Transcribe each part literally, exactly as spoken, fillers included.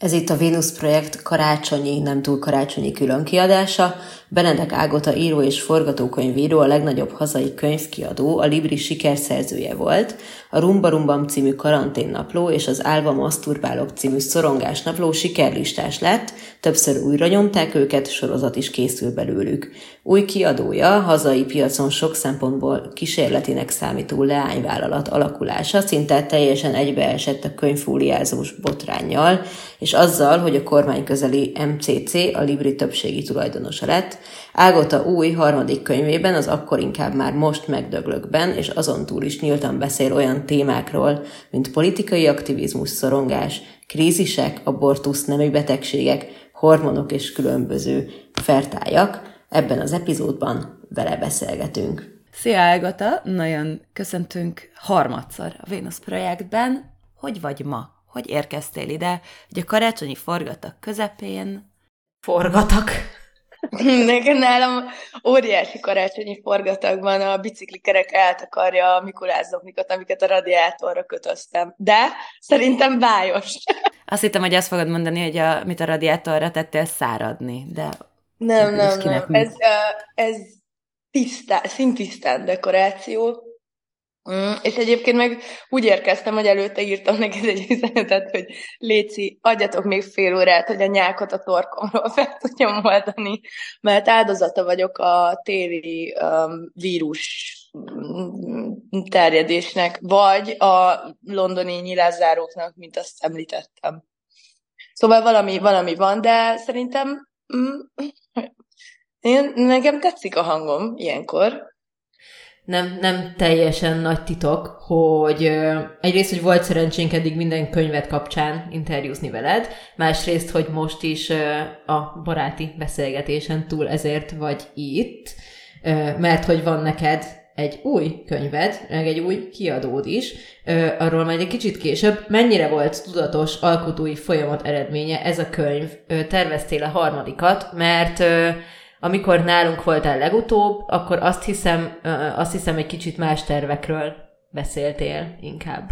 Ez itt a Vénusz Projekt karácsonyi, nem túl karácsonyi különkiadása. Benedek Ágota író és forgatókönyvíró, a legnagyobb hazai könyvkiadó, a Libri sikerszerzője volt. A Rumba Rumbam című karanténnapló és az Álva Maszturbálok című szorongásnapló sikerlistás lett, többször újra nyomták őket, sorozat is készül belőlük. Új kiadója, hazai piacon sok szempontból kísérletinek számító leányvállalat alakulása szinte teljesen egybeesett a könyvfóliázós botránnyal, és azzal, hogy a kormányközeli em cé cé a Libri többségi tulajdonosa lett. Ágota új harmadik könyvében, az Akkor inkább már most megdöglökben, és azon túl is nyíltan beszél olyan témákról, mint politikai aktivizmus, szorongás, krízisek, abortusz, nemi betegségek, hormonok és különböző fertályak. Ebben az epizódban vele beszélgetünk. Szia Ágota, nagyon köszöntünk harmadszor a Vénusz Projektben. Hogy vagy ma? Hogy érkeztél ide? Ugye a karácsonyi forgatak közepén forgatak. Nekem nálam óriási karácsonyi forgatagban a biciklikerek eltakarja a Mikulás-zoknikat, amiket a radiátorra kötöztem. De szerintem bájos. Azt hittem, hogy azt fogod mondani, hogy a, mit a radiátorra tettél száradni, de... Nem, nem, nem. Ez, ez tisztán, szintisztán dekoráció. Mm, és egyébként meg úgy érkeztem, hogy előtte írtam neked egy üzenetet, hogy léci, adjatok még fél órát, hogy a nyákot a torkomról fel tudjam oldani, mert áldozata vagyok a téli um, vírus terjedésnek, vagy a londoni nyilászáróknak, mint azt említettem. Szóval valami, valami van, de szerintem mm, én, nekem tetszik a hangom ilyenkor. Nem, nem teljesen nagy titok, hogy ö, egyrészt, hogy volt szerencsénk eddig minden könyvet kapcsán interjúzni veled, másrészt, hogy most is ö, a baráti beszélgetésen túl ezért vagy itt, ö, mert hogy van neked egy új könyved, meg egy új kiadód is, ö, arról majd egy kicsit később. Mennyire volt tudatos alkotói folyamat eredménye ez a könyv? Ö, terveztél a harmadikat, mert... Ö, Amikor nálunk voltál legutóbb, akkor azt hiszem, azt hiszem egy kicsit más tervekről beszéltél inkább.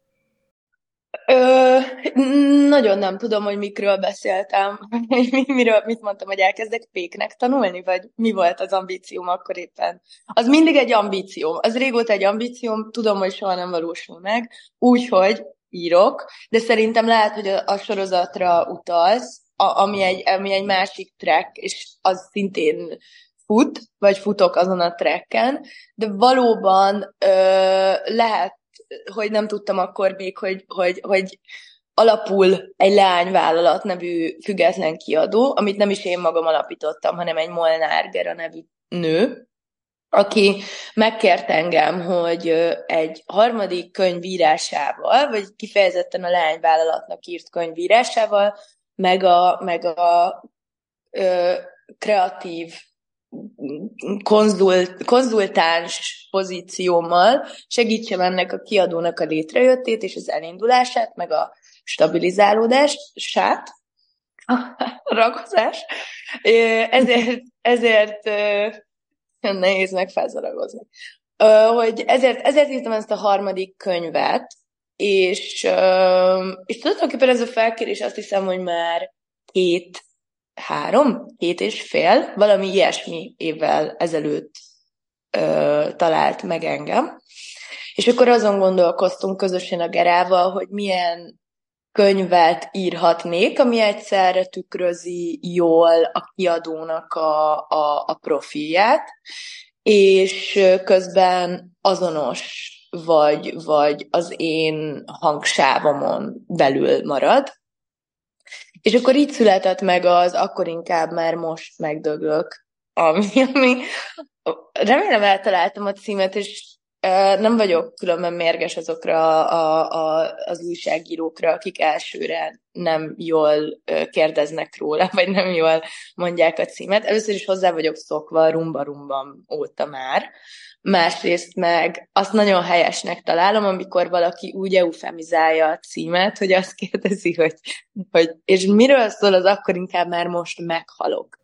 Ö, nagyon nem tudom, hogy mikről beszéltem. Miről, mit mondtam, hogy elkezdek péknek tanulni, vagy mi volt az ambícióm akkor éppen? Az mindig egy ambícióm. Az régóta egy ambícióm, tudom, hogy soha nem valósul meg, úgyhogy írok, de szerintem lehet, hogy a, a sorozatra utalsz, A, ami, egy, ami egy másik track, és az szintén fut, vagy futok azon a tracken, de valóban ö, lehet, hogy nem tudtam akkor még, hogy, hogy, hogy alapul egy leányvállalat nevű független kiadó, amit nem is én magam alapítottam, hanem egy Molnár Gera nevű nő, aki megkért engem, hogy egy harmadik könyvírásával, vagy kifejezetten a leányvállalatnak írt könyvírásával, meg a, meg a ö, kreatív konzult, konzultáns pozíciómmal segítsem ennek a kiadónak a létrejöttét és az elindulását, meg a stabilizálódását, a ragozás. Ezért, ezért nehéz megfelzaragozni. Hogy ezért, ezért írtam ezt a harmadik könyvet, És, és tulajdonképpen ez a felkérés azt hiszem, hogy már két, három, két és fél, valami ilyesmi évvel ezelőtt ö, talált meg engem. És akkor azon gondolkoztunk közösen a Gerával, hogy milyen könyvet írhatnék, ami egyszerre tükrözi jól a kiadónak a, a, a profilját, és közben azonos vagy, vagy az én hangsávomon belül marad. És akkor így született meg az Akkor inkább már most megdöglök, ami, ami remélem eltaláltam a címet, és uh, nem vagyok különben mérges azokra a, a, az újságírókra, akik elsőre nem jól uh, kérdeznek róla, vagy nem jól mondják a címet. Először is hozzá vagyok szokva a Rumba Rumbam óta már. Másrészt meg azt nagyon helyesnek találom, amikor valaki úgy eufemizálja a címet, hogy azt kérdezi, hogy, hogy és miről szól az Akkor inkább már most meghalok.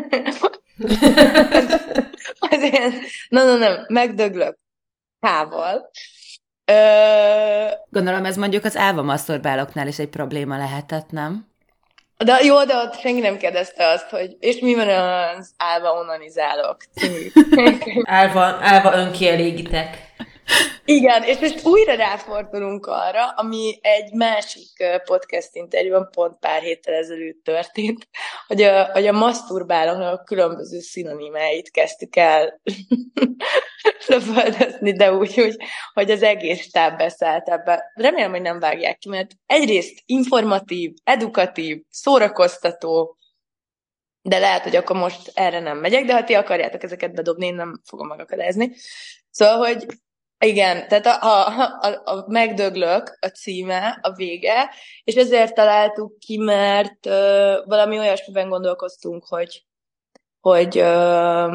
Azért, na, na, nem, megdöglök. Hával. Gondolom ez mondjuk az Álva Maszturbáloknál is egy probléma lehetett, nem? De jó, de ott senki nem kérdezte azt, hogy és mi van az Álva onanizálok című. Álva, álva önkielégítek. Igen, és most újra ráfordulunk arra, ami egy másik podcast interjúban pont pár héttel ezelőtt történt, hogy a, hogy a maszturbálóknak a különböző szinonimáit kezdtük el leföldezni, de úgy, hogy, hogy az egész stáb beszállt ebbe. Remélem, hogy nem vágják ki, mert egyrészt informatív, edukatív, szórakoztató, de lehet, hogy akkor most erre nem megyek, de ha ti akarjátok ezeket bedobni, én nem fogom megakadályozni. Szóval, hogy igen, tehát a, a, a, a megdöglök a címe, a vége, és ezért találtuk ki, mert uh, valami olyasmiben gondolkoztunk, hogy, hogy uh,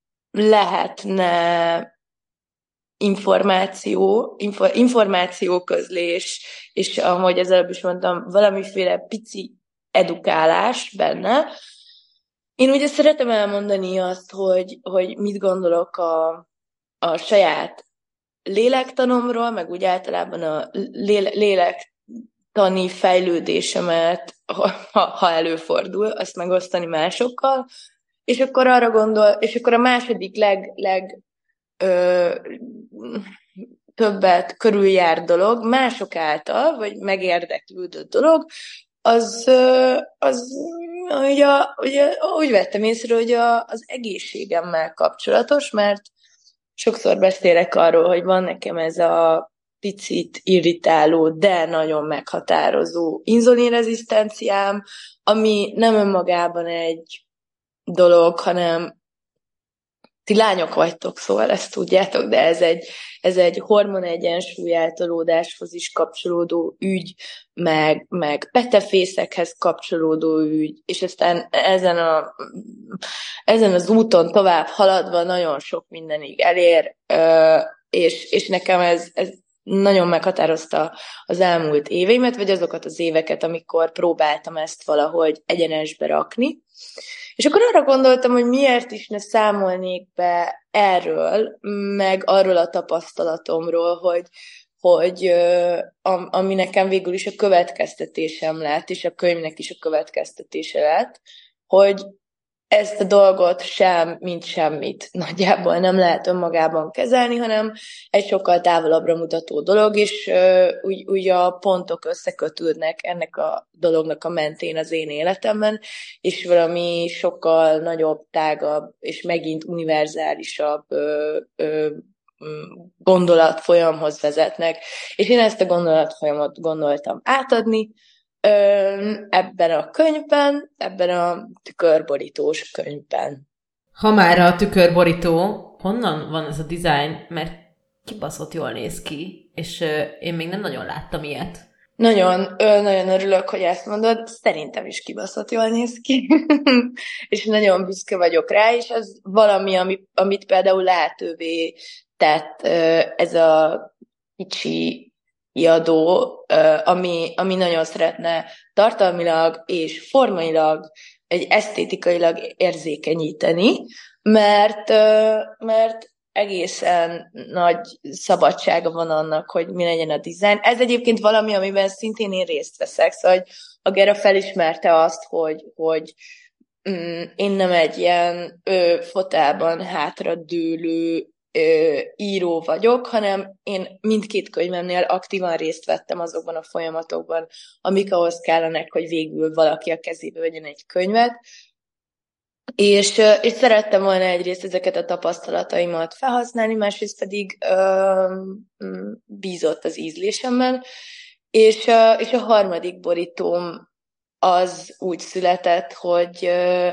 lehetne információ, info, információközlés, és ahogy ezelőbb is mondtam, valamiféle pici edukálás benne. Én ugye szeretem elmondani azt, hogy, hogy mit gondolok a, a saját lélektanomról, meg úgy általában a léle, lélektani fejlődésemet, ha, ha előfordul, azt megosztani másokkal, és akkor arra gondol, és akkor a második leg, leg ö, többet körüljár dolog, mások által, vagy megérdeklődött dolog, az, az ugye, ugye, úgy vettem észre, hogy a, az egészségemmel kapcsolatos, mert sokszor beszélek arról, hogy van nekem ez a picit irritáló, de nagyon meghatározó inzulinrezisztenciám, ami nem önmagában egy dolog, hanem ti lányok vagytok, szóval ezt tudjátok, de ez egy, ez egy hormon egyensúly eltolódáshoz is kapcsolódó ügy, meg, meg petefészekhez kapcsolódó ügy, és aztán ezen, a, ezen az úton tovább haladva nagyon sok mindenig elér, és, és nekem ez, ez nagyon meghatározta az elmúlt éveimet, vagy azokat az éveket, amikor próbáltam ezt valahogy egyenesbe rakni. És akkor arra gondoltam, hogy miért is ne számolnék be erről, meg arról a tapasztalatomról, hogy, hogy ami nekem végül is a következtetésem lett, és a könyvnek is a következtetése lett, hogy ezt a dolgot sem, mint semmit nagyjából nem lehet önmagában kezelni, hanem egy sokkal távolabbra mutató dolog, és uh, úgy, úgy a pontok összekötődnek ennek a dolognak a mentén az én életemben, és valami sokkal nagyobb, tágabb, és megint univerzálisabb uh, uh, gondolatfolyamhoz vezetnek. És én ezt a gondolatfolyamot gondoltam átadni, ebben a könyvben, ebben a tükörborítós könyvben. Ha már a tükörborító, honnan van ez a design? Mert kibaszott jól néz ki, és én még nem nagyon láttam ilyet. Nagyon, nagyon örülök, hogy ezt mondod. Szerintem is kibaszott jól néz ki. És nagyon büszke vagyok rá, és az valami, ami, amit például lehetővé tett ez a kicsi kiadó, ami, ami nagyon szeretne tartalmilag és formailag, egy esztétikailag érzékenyíteni, mert, mert egészen nagy szabadsága van annak, hogy mi legyen a dizájn. Ez egyébként valami, amiben szintén én részt veszek, szóval a Gera felismerte azt, hogy, hogy mm, én nem egy ilyen ö, fotelban hátradőlő író vagyok, hanem én mindkét könyvemnél aktívan részt vettem azokban a folyamatokban, amik ahhoz kellenek, hogy végül valaki a kezébe vegyen egy könyvet. És, és szerettem volna egyrészt ezeket a tapasztalataimat felhasználni, másrészt pedig ö, bízott az ízlésemben. És, és a harmadik borítóm az úgy született, hogy ö,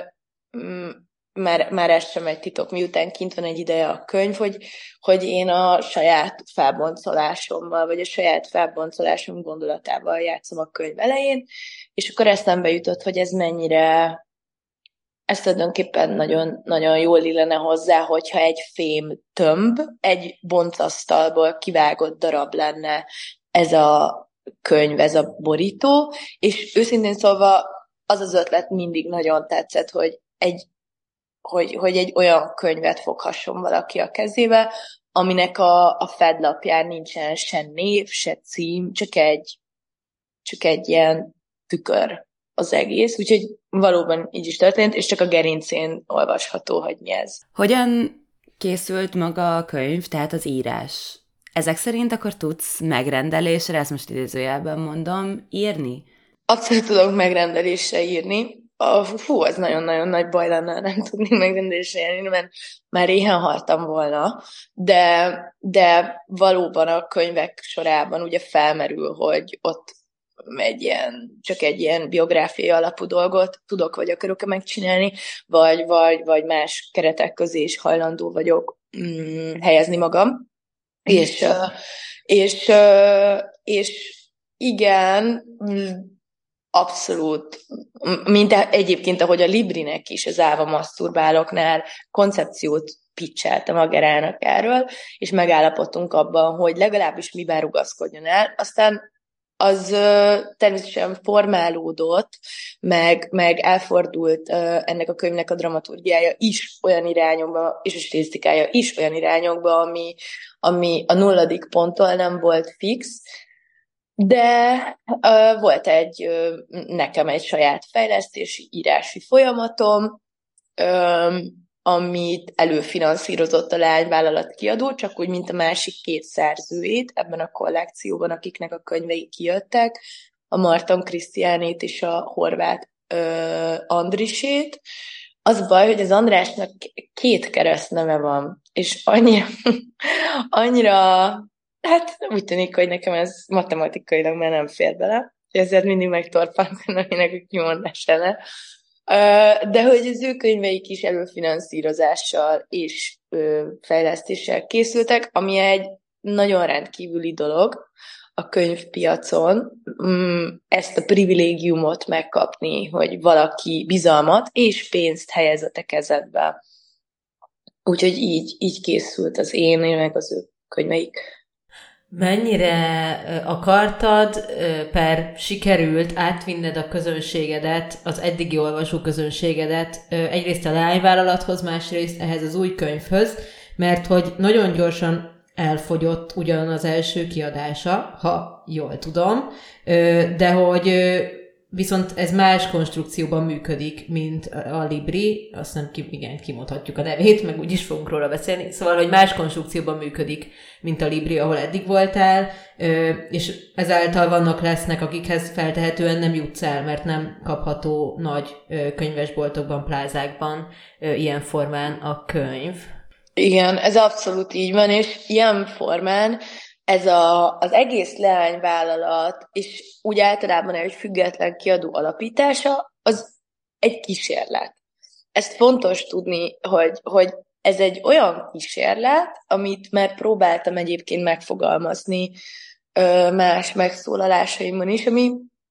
Már, már ez sem egy titok, miután kint van egy ideje a könyv, hogy, hogy én a saját felboncolásommal, vagy a saját felboncolásom gondolatával játszom a könyv elején, és akkor eszembe jutott, hogy ez mennyire, ez tulajdonképpen nagyon, nagyon jól illene hozzá, hogyha egy fém tömb, egy boncasztalból kivágott darab lenne ez a könyv, ez a borító, és őszintén szólva az az ötlet mindig nagyon tetszett, hogy egy Hogy, hogy egy olyan könyvet foghasson valaki a kezébe, aminek a, a fedlapján nincsen se név, se cím, csak egy, csak egy ilyen tükör. az egész, úgyhogy valóban így is történt, és csak a gerincén olvasható, hogy mi ez. Hogyan készült maga a könyv, tehát az írás? Ezek szerint akkor tudsz megrendelésre, ezt most idézőjelben mondom, írni? Abszolút tudok megrendelésre írni. A, fú, ez nagyon-nagyon nagy baj lenne, nem tudnék megrendelésre írni, mert már éhen haltam volna, de, de valóban a könyvek sorában ugye felmerül, hogy ott egy ilyen, csak egy ilyen biográfiai alapú dolgot tudok, vagy akarok megcsinálni, vagy, vagy, vagy más keretek közé is hajlandó vagyok mm, helyezni magam. Mm. És, és, és igen, abszolút, mint egyébként, ahogy a Librinek is az Áva Maszturbáloknál koncepciót pitchelte magának erről, és megállapodtunk abban, hogy legalábbis miben rugaszkodjon el. Aztán az természetesen formálódott, meg, meg elfordult ennek a könyvnek a dramaturgiája is olyan irányokba, és a stilisztikája is olyan irányokba, ami, ami a nulladik ponttól nem volt fix, de uh, volt egy, uh, nekem egy saját fejlesztési, írási folyamatom, um, amit előfinanszírozott a Leányvállalat kiadó, csak úgy, mint a másik két szerzőjét ebben a kollekcióban, akiknek a könyvei kijöttek, a Marton Krisztiánét és a Horváth uh, Andrisét. Az baj, hogy az Andrásnak két keresztneve van, és annyira, annyira hát úgy tűnik, hogy nekem ez matematikailag már nem fér bele, ezért mindig megtorpantam, aminek a kimondására. De hogy az ő könyveik is előfinanszírozással és fejlesztéssel készültek, ami egy nagyon rendkívüli dolog a könyvpiacon, ezt a privilégiumot megkapni, hogy valaki bizalmat és pénzt helyez a te kezedbe. Úgyhogy így, így készült az én, meg az ő könyveik. Mennyire akartad, per sikerült átvinned a közönségedet, az eddigi olvasó közönségedet egyrészt a Leányvállalathoz, másrészt ehhez az új könyvhöz, mert hogy nagyon gyorsan elfogyott ugyan az első kiadása, ha jól tudom, de hogy viszont ez más konstrukcióban működik, mint a Libri, azt nem ki, igen, kimondhatjuk a nevét, meg úgyis fogunk róla beszélni, szóval, hogy más konstrukcióban működik, mint a Libri, ahol eddig voltál, és ezáltal vannak lesznek, akikhez feltehetően nem jutsz el, mert nem kapható nagy könyvesboltokban, plázákban ilyen formán a könyv. Igen, ez abszolút így van, és ilyen formán ez a, az egész Leányvállalat, és úgy általában egy független kiadó alapítása, az egy kísérlet. Ezt fontos tudni, hogy, hogy ez egy olyan kísérlet, amit már próbáltam egyébként megfogalmazni más megszólalásaimon is, ami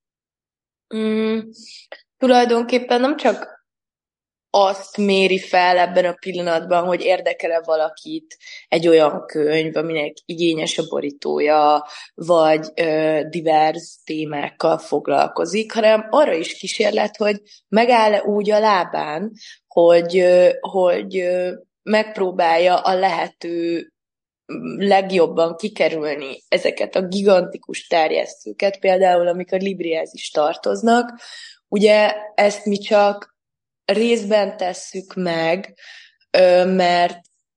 mm, tulajdonképpen nem csak azt méri fel ebben a pillanatban, hogy érdekel-e valakit egy olyan könyv, aminek igényes a borítója, vagy ö, divers témákkal foglalkozik, hanem arra is kísérlet, hogy megáll-e úgy a lábán, hogy, ö, hogy ö, megpróbálja a lehető legjobban kikerülni ezeket a gigantikus terjesztőket, például amik a Librihez is tartoznak. Ugye ezt mi csak részben tesszük meg, mert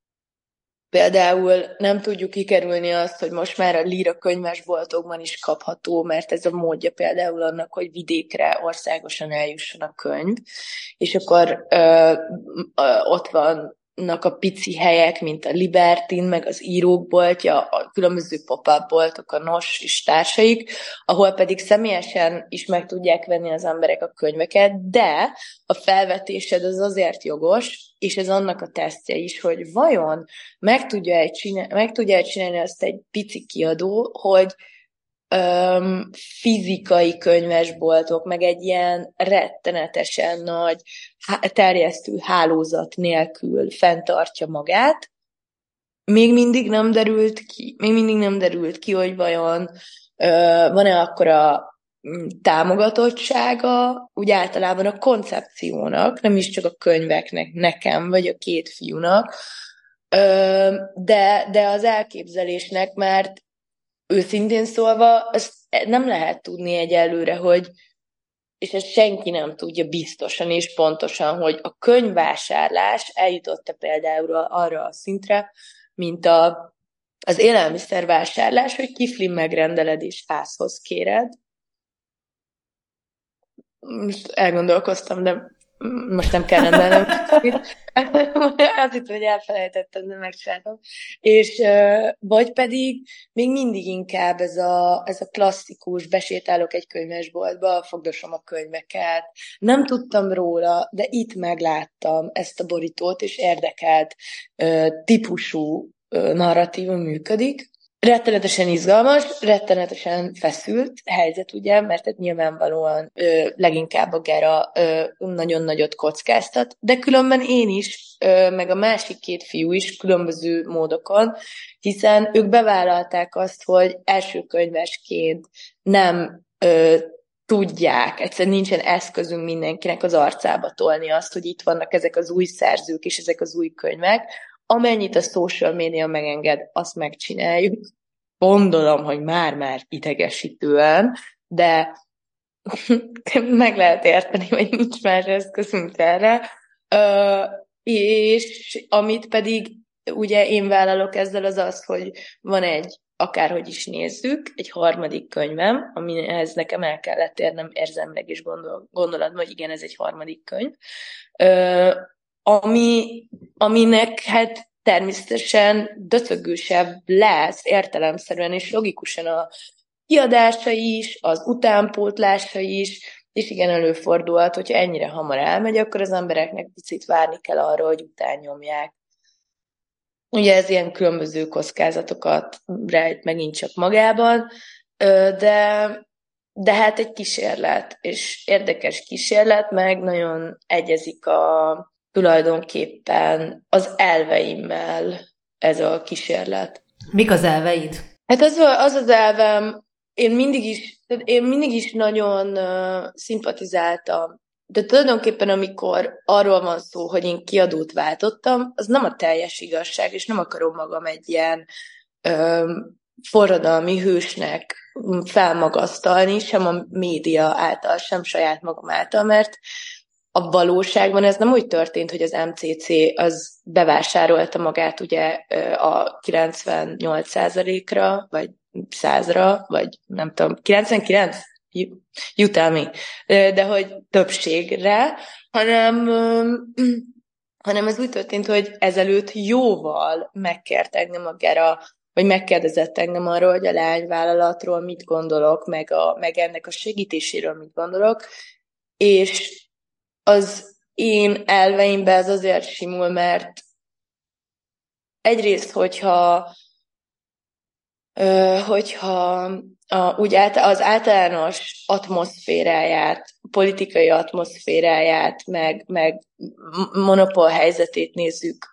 például nem tudjuk kikerülni azt, hogy most már a Líra könyvesboltokban is kapható, mert ez a módja például annak, hogy vidékre országosan eljusson a könyv, és akkor ö, ö, ott vannak a pici helyek, mint a Libertin, meg az írók boltja, a különböző pop-up boltok, a Nos és társaik, ahol pedig személyesen is meg tudják venni az emberek a könyveket, de a felvetésed az azért jogos, és ez annak a tesztje is, hogy vajon meg tudja-e csinálni, meg tudja-e csinálni azt egy pici kiadó, hogy öm, fizikai könyvesboltok, meg egy ilyen rettenetesen nagy há- terjesztő hálózat nélkül fenntartja magát. Még mindig nem derült ki, még mindig nem derült ki, hogy vajon ö, van-e akkora támogatottsága, úgy általában a koncepciónak, nem is csak a könyveknek, nekem, vagy a két fiúnak, de, de az elképzelésnek, mert őszintén szólva, ezt nem lehet tudni egyelőre, hogy, és ezt senki nem tudja biztosan és pontosan, hogy a könyvvásárlás eljutott-e például arra a szintre, mint a, az élelmiszervásárlás, hogy kiflin megrendeled és házhoz kéred. Most elgondolkoztam, de most nem kell rendelnem. Azt hittem, hogy elfelejtettem, de megcsináltam. És vagy pedig még mindig inkább ez a, ez a klasszikus, besétálok egy könyvesboltba, fogdosom a könyveket. Nem tudtam róla, de itt megláttam ezt a borítót, és érdekelt típusú narratíva működik. Rettenetesen izgalmas, rettenetesen feszült helyzet, ugye, mert hát nyilvánvalóan ö, leginkább a Gera ö, nagyon nagyot kockáztat, de különben én is, ö, meg a másik két fiú is különböző módokon, hiszen ők bevállalták azt, hogy első könyvesként nem ö, tudják, egyszerűen nincsen eszközünk mindenkinek az arcába tolni azt, hogy itt vannak ezek az új szerzők és ezek az új könyvek. Amennyit a social media megenged, azt megcsináljuk. Gondolom, hogy már-már idegesítően, de meg lehet érteni, hogy nincs más eszközünk erre. Ö, és amit pedig ugye én vállalok ezzel az az, hogy van egy, akárhogy is nézzük, egy harmadik könyvem, amihez nekem el kellett érnem érzelmileg is gondol, gondolatban, hogy igen, ez egy harmadik könyv, Ö, ami, aminek hát természetesen döcögősebb lesz értelemszerűen és logikusan a kiadása is, az utánpótlása is, és igen, előfordulhat, hogyha ennyire hamar elmegy, akkor az embereknek picit várni kell arra, hogy utánnyomják. Ugye ez ilyen különböző kockázatokat rejt megint csak magában, de, de hát egy kísérlet, és érdekes kísérlet, meg nagyon egyezik a tulajdonképpen az elveimmel ez a kísérlet. Mik az elveid? Hát az az, az elvem, én mindig is, én mindig is nagyon uh, szimpatizáltam, de tulajdonképpen amikor arról van szó, hogy én kiadót váltottam, az nem a teljes igazság, és nem akarom magam egy ilyen um, forradalmi hősnek felmagasztalni, sem a média által, sem saját magam által, mert a valóságban ez nem úgy történt, hogy az em cé cé az bevásárolta magát ugye a kilencvennyolc százalékra, vagy százra, vagy nem tudom, kilencvenkilenc? Jutalmi. De hogy többségre, hanem, hanem ez úgy történt, hogy ezelőtt jóval megkért engem a Gera, vagy megkérdezett engem arról, hogy a leányvállalatról mit gondolok, meg, a, meg ennek a segítéséről mit gondolok, és az én elveimben ez azért simul, mert egyrészt, hogyha, hogyha a, úgy át, az általános atmoszféráját, politikai atmoszféráját, meg, meg monopól helyzetét nézzük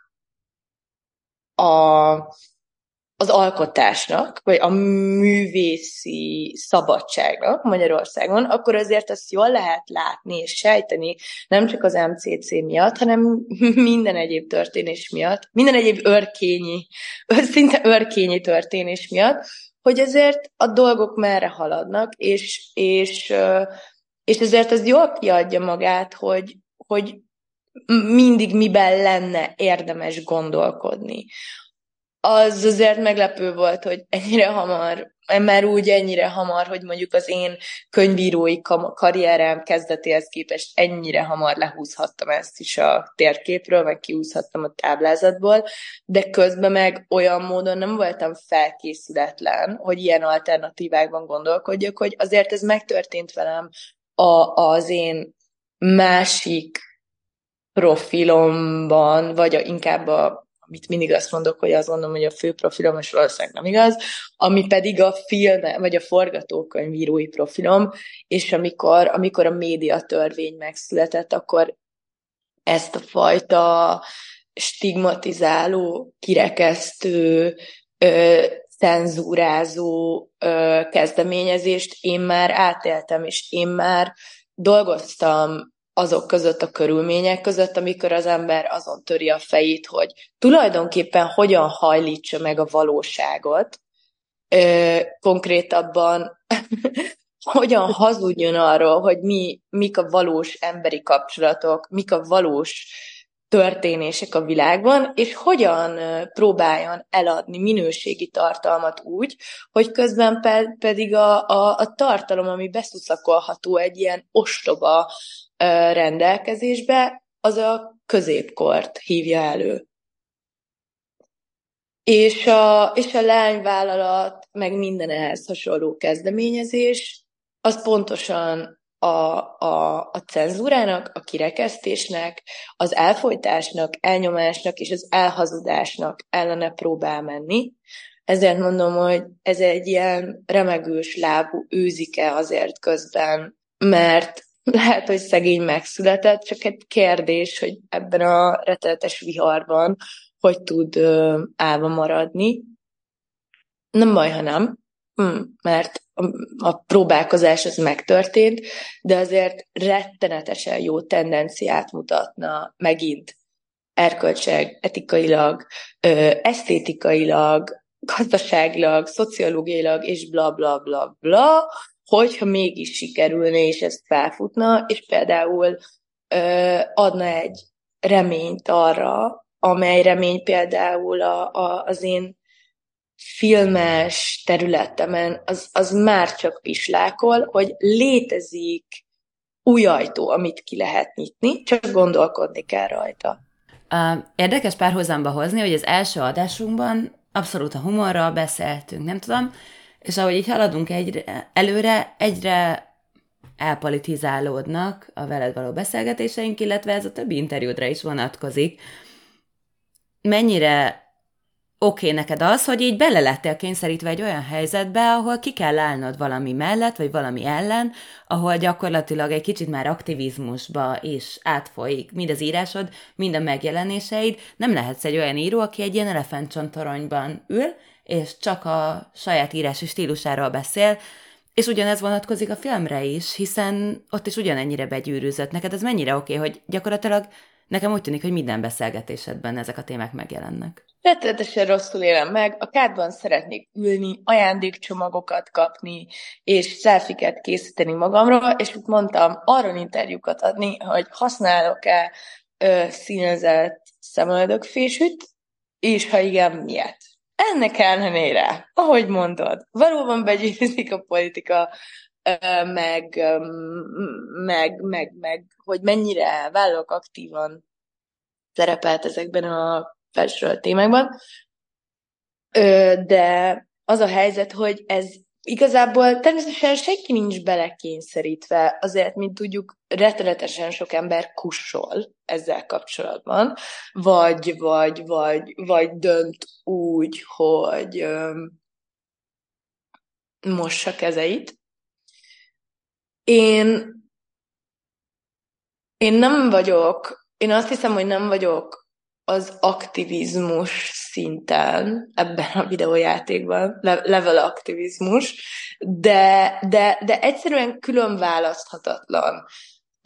a, az alkotásnak, vagy a művészi szabadságnak Magyarországon, akkor azért azt jól lehet látni és sejteni, nem csak az em cé cé miatt, hanem minden egyéb történés miatt, minden egyéb örkényi, szinte örkényi történés miatt, hogy azért a dolgok merre haladnak, és, és, és ezért az jól kiadja magát, hogy, hogy mindig miben lenne érdemes gondolkodni. Az azért meglepő volt, hogy ennyire hamar, már úgy ennyire hamar, hogy mondjuk az én könyvírói karrierem kezdetéhez képest ennyire hamar lehúzhattam ezt is a térképről, meg kihúzhattam a táblázatból, de közben meg olyan módon nem voltam felkészületlen, hogy ilyen alternatívákban gondolkodjak, hogy azért ez megtörtént velem a, az én másik profilomban, vagy a, inkább a amit mindig azt mondok, hogy azt mondom, hogy a fő profilom, és valószínűleg nem igaz, ami pedig a film, vagy a forgatókönyvírói profilom, és amikor, amikor a médiatörvény megszületett, akkor ezt a fajta stigmatizáló, kirekesztő, ö, cenzúrázó ö, kezdeményezést én már átéltem, és én már dolgoztam azok között a körülmények között, amikor az ember azon töri a fejét, hogy tulajdonképpen hogyan hajlítsa meg a valóságot, ö, konkrétabban hogyan hazudjon arról, hogy mi, mik a valós emberi kapcsolatok, mik a valós történések a világban, és hogyan próbáljon eladni minőségi tartalmat úgy, hogy közben pedig a, a, a tartalom, ami beszuszakolható egy ilyen ostoba rendelkezésbe, az a középkort hívja elő. És a, és a leányvállalat, meg minden ehhez hasonló kezdeményezés, az pontosan a, a, a cenzúrának, a kirekesztésnek, az elfojtásnak, elnyomásnak és az elhazudásnak ellene próbál menni. Ezért mondom, hogy ez egy ilyen remegős lábú őzike azért közben, mert lehet, hogy szegény megszületett, csak egy kérdés, hogy ebben a rettenetes viharban hogy tud ö, állva maradni. Nem baj, ha nem, mert a, a próbálkozás az megtörtént, de azért rettenetesen jó tendenciát mutatna megint erkölcsileg, etikailag, ö, esztétikailag, gazdaságilag, szociológiailag, és bla bla bla bla, hogyha mégis sikerülne, és ezt felfutna, és például ö, adna egy reményt arra, amely remény például a, a, az én filmes területemen, az, az már csak pislákol, hogy létezik új ajtó, amit ki lehet nyitni, csak gondolkodni kell rajta. Érdekes párhuzamba hozni, hogy az első adásunkban abszolút a humorral beszéltünk, nem tudom, és ahogy így haladunk egyre, előre, egyre elpolitizálódnak a veled való beszélgetéseink, illetve ez a többi interjúdra is vonatkozik. Mennyire oké okay neked az, hogy így bele lettél kényszerítve egy olyan helyzetbe, ahol ki kell állnod valami mellett, vagy valami ellen, ahol gyakorlatilag egy kicsit már aktivizmusba is átfolyik mind az írásod, mind a megjelenéseid. Nem lehetsz egy olyan író, aki egy ilyen elefántcsontoronyban ül, és csak a saját írási stílusáról beszél, és ugyanez vonatkozik a filmre is, hiszen ott is ugyanennyire begyűrűzött. Neked ez mennyire oké, okay, hogy gyakorlatilag nekem úgy tűnik, hogy minden beszélgetésedben ezek a témák megjelennek. Rettenetesen rosszul élem meg, a kádban szeretnék ülni, ajándékcsomagokat kapni, és szelfiket készíteni magamról, és úgy mondtam, arról interjúkat adni, hogy használok-e ö, színezett szemöldökfésűt, és ha igen, miért. Ennek ellenére, ahogy mondod, valóban begyűrűzik a politika, ö, meg, ö, meg, meg, meg, hogy mennyire vállalok aktívan szerepelt ezekben a felsorolt témákban, de az a helyzet, hogy ez igazából természetesen senki nincs belekényszerítve, azért, mint tudjuk, rettenetesen sok ember kussol ezzel kapcsolatban, vagy, vagy, vagy, vagy dönt úgy, hogy öm, mossa kezeit. Én, én nem vagyok, én azt hiszem, hogy nem vagyok az aktivizmus szinten ebben a videójátékban, level aktivizmus, de, de, de egyszerűen külön választhatatlan a,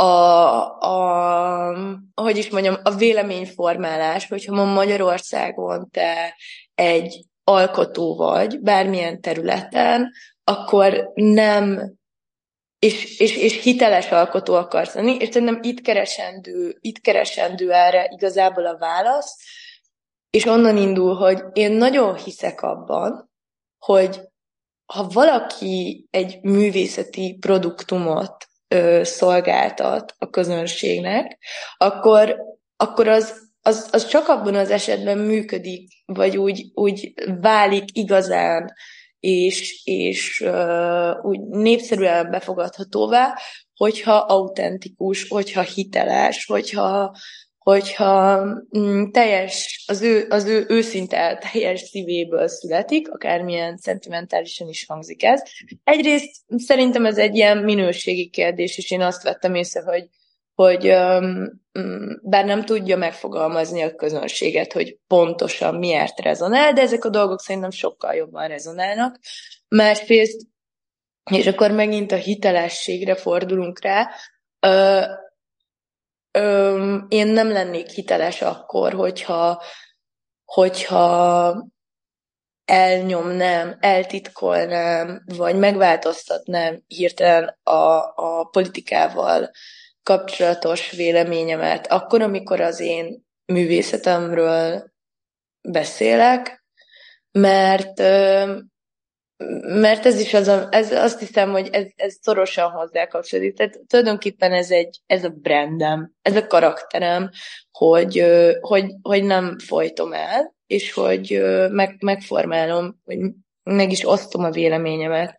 a, hogy is mondjam, a véleményformálás, hogyha ma Magyarországon te egy alkotó vagy bármilyen területen, akkor nem És, és, és hiteles alkotó akarsz lenni, és szerintem itt keresendő, itt keresendő erre igazából a válasz, és onnan indul, hogy én nagyon hiszek abban, hogy ha valaki egy művészeti produktumot ö, szolgáltat a közönségnek, akkor, akkor az, az, az csak abban az esetben működik, vagy úgy, úgy válik igazán, és, és uh, úgy népszerűen befogadhatóvá, hogyha autentikus, hogyha hiteles, hogyha, hogyha mm, teljes, az ő, az ő őszinte teljes szívéből születik, akármilyen szentimentálisan is hangzik ez. Egyrészt szerintem ez egy ilyen minőségi kérdés, és én azt vettem észre, hogy hogy um, bár nem tudja megfogalmazni a közönséget, hogy pontosan miért rezonál, de ezek a dolgok szerintem sokkal jobban rezonálnak. Másrészt, és akkor megint a hitelességre fordulunk rá, ö, ö, én nem lennék hiteles akkor, hogyha, hogyha elnyomnám, eltitkolnám, vagy megváltoztatnám hirtelen a, a politikával kapcsolatos véleményemet, akkor, amikor az én művészetemről beszélek, mert, mert ez is az, a, ez, azt hiszem, hogy ez, ez szorosan hozzá kapcsolódik. Tehát tulajdonképpen ez, egy, ez a brandem, ez a karakterem, hogy, hogy, hogy nem folytom el, és hogy meg, megformálom, hogy meg is osztom a véleményemet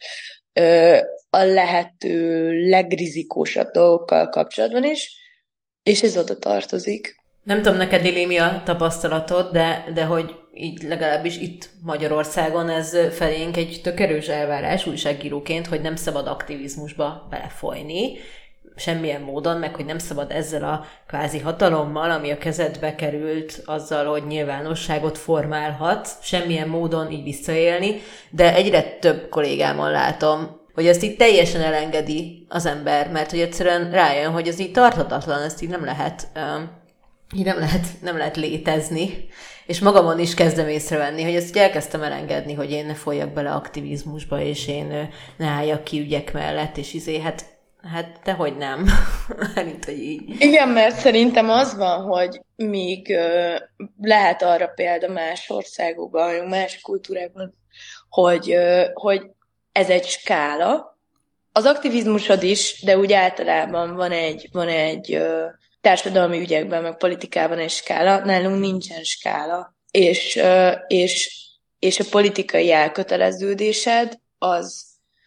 a lehető legrizikósabb dolgokkal kapcsolatban is, és ez oda tartozik. Nem tudom, neked Lili, mi a tapasztalatod, de, de hogy így legalábbis itt Magyarországon ez felénk egy tök erős elvárás újságíróként, hogy nem szabad aktivizmusba belefolyni, semmilyen módon, meg hogy nem szabad ezzel a kvázi hatalommal, ami a kezedbe került, azzal, hogy nyilvánosságot formálhat, semmilyen módon így visszaélni, de egyre több kollégámon látom, hogy ezt így teljesen elengedi az ember, mert hogy egyszerűen rájön, hogy ez így tarthatatlan, ezt így nem lehet, így nem lehet, nem lehet létezni. És magamon is kezdem észrevenni, hogy ezt így elkezdtem elengedni, hogy én ne folyjak bele aktivizmusba, és én ne álljak ki ügyek mellett, és izé, hát Hát dehogy nem. Mint, hogy így. Igen, mert szerintem az van, hogy míg uh, lehet arra példa más országokban, más kultúrákban, hogy, uh, hogy ez egy skála. Az aktivizmusod is, de úgy általában van egy, van egy uh, társadalmi ügyekben, meg politikában egy skála. Nálunk nincsen skála. És, uh, és, és a politikai elköteleződésed az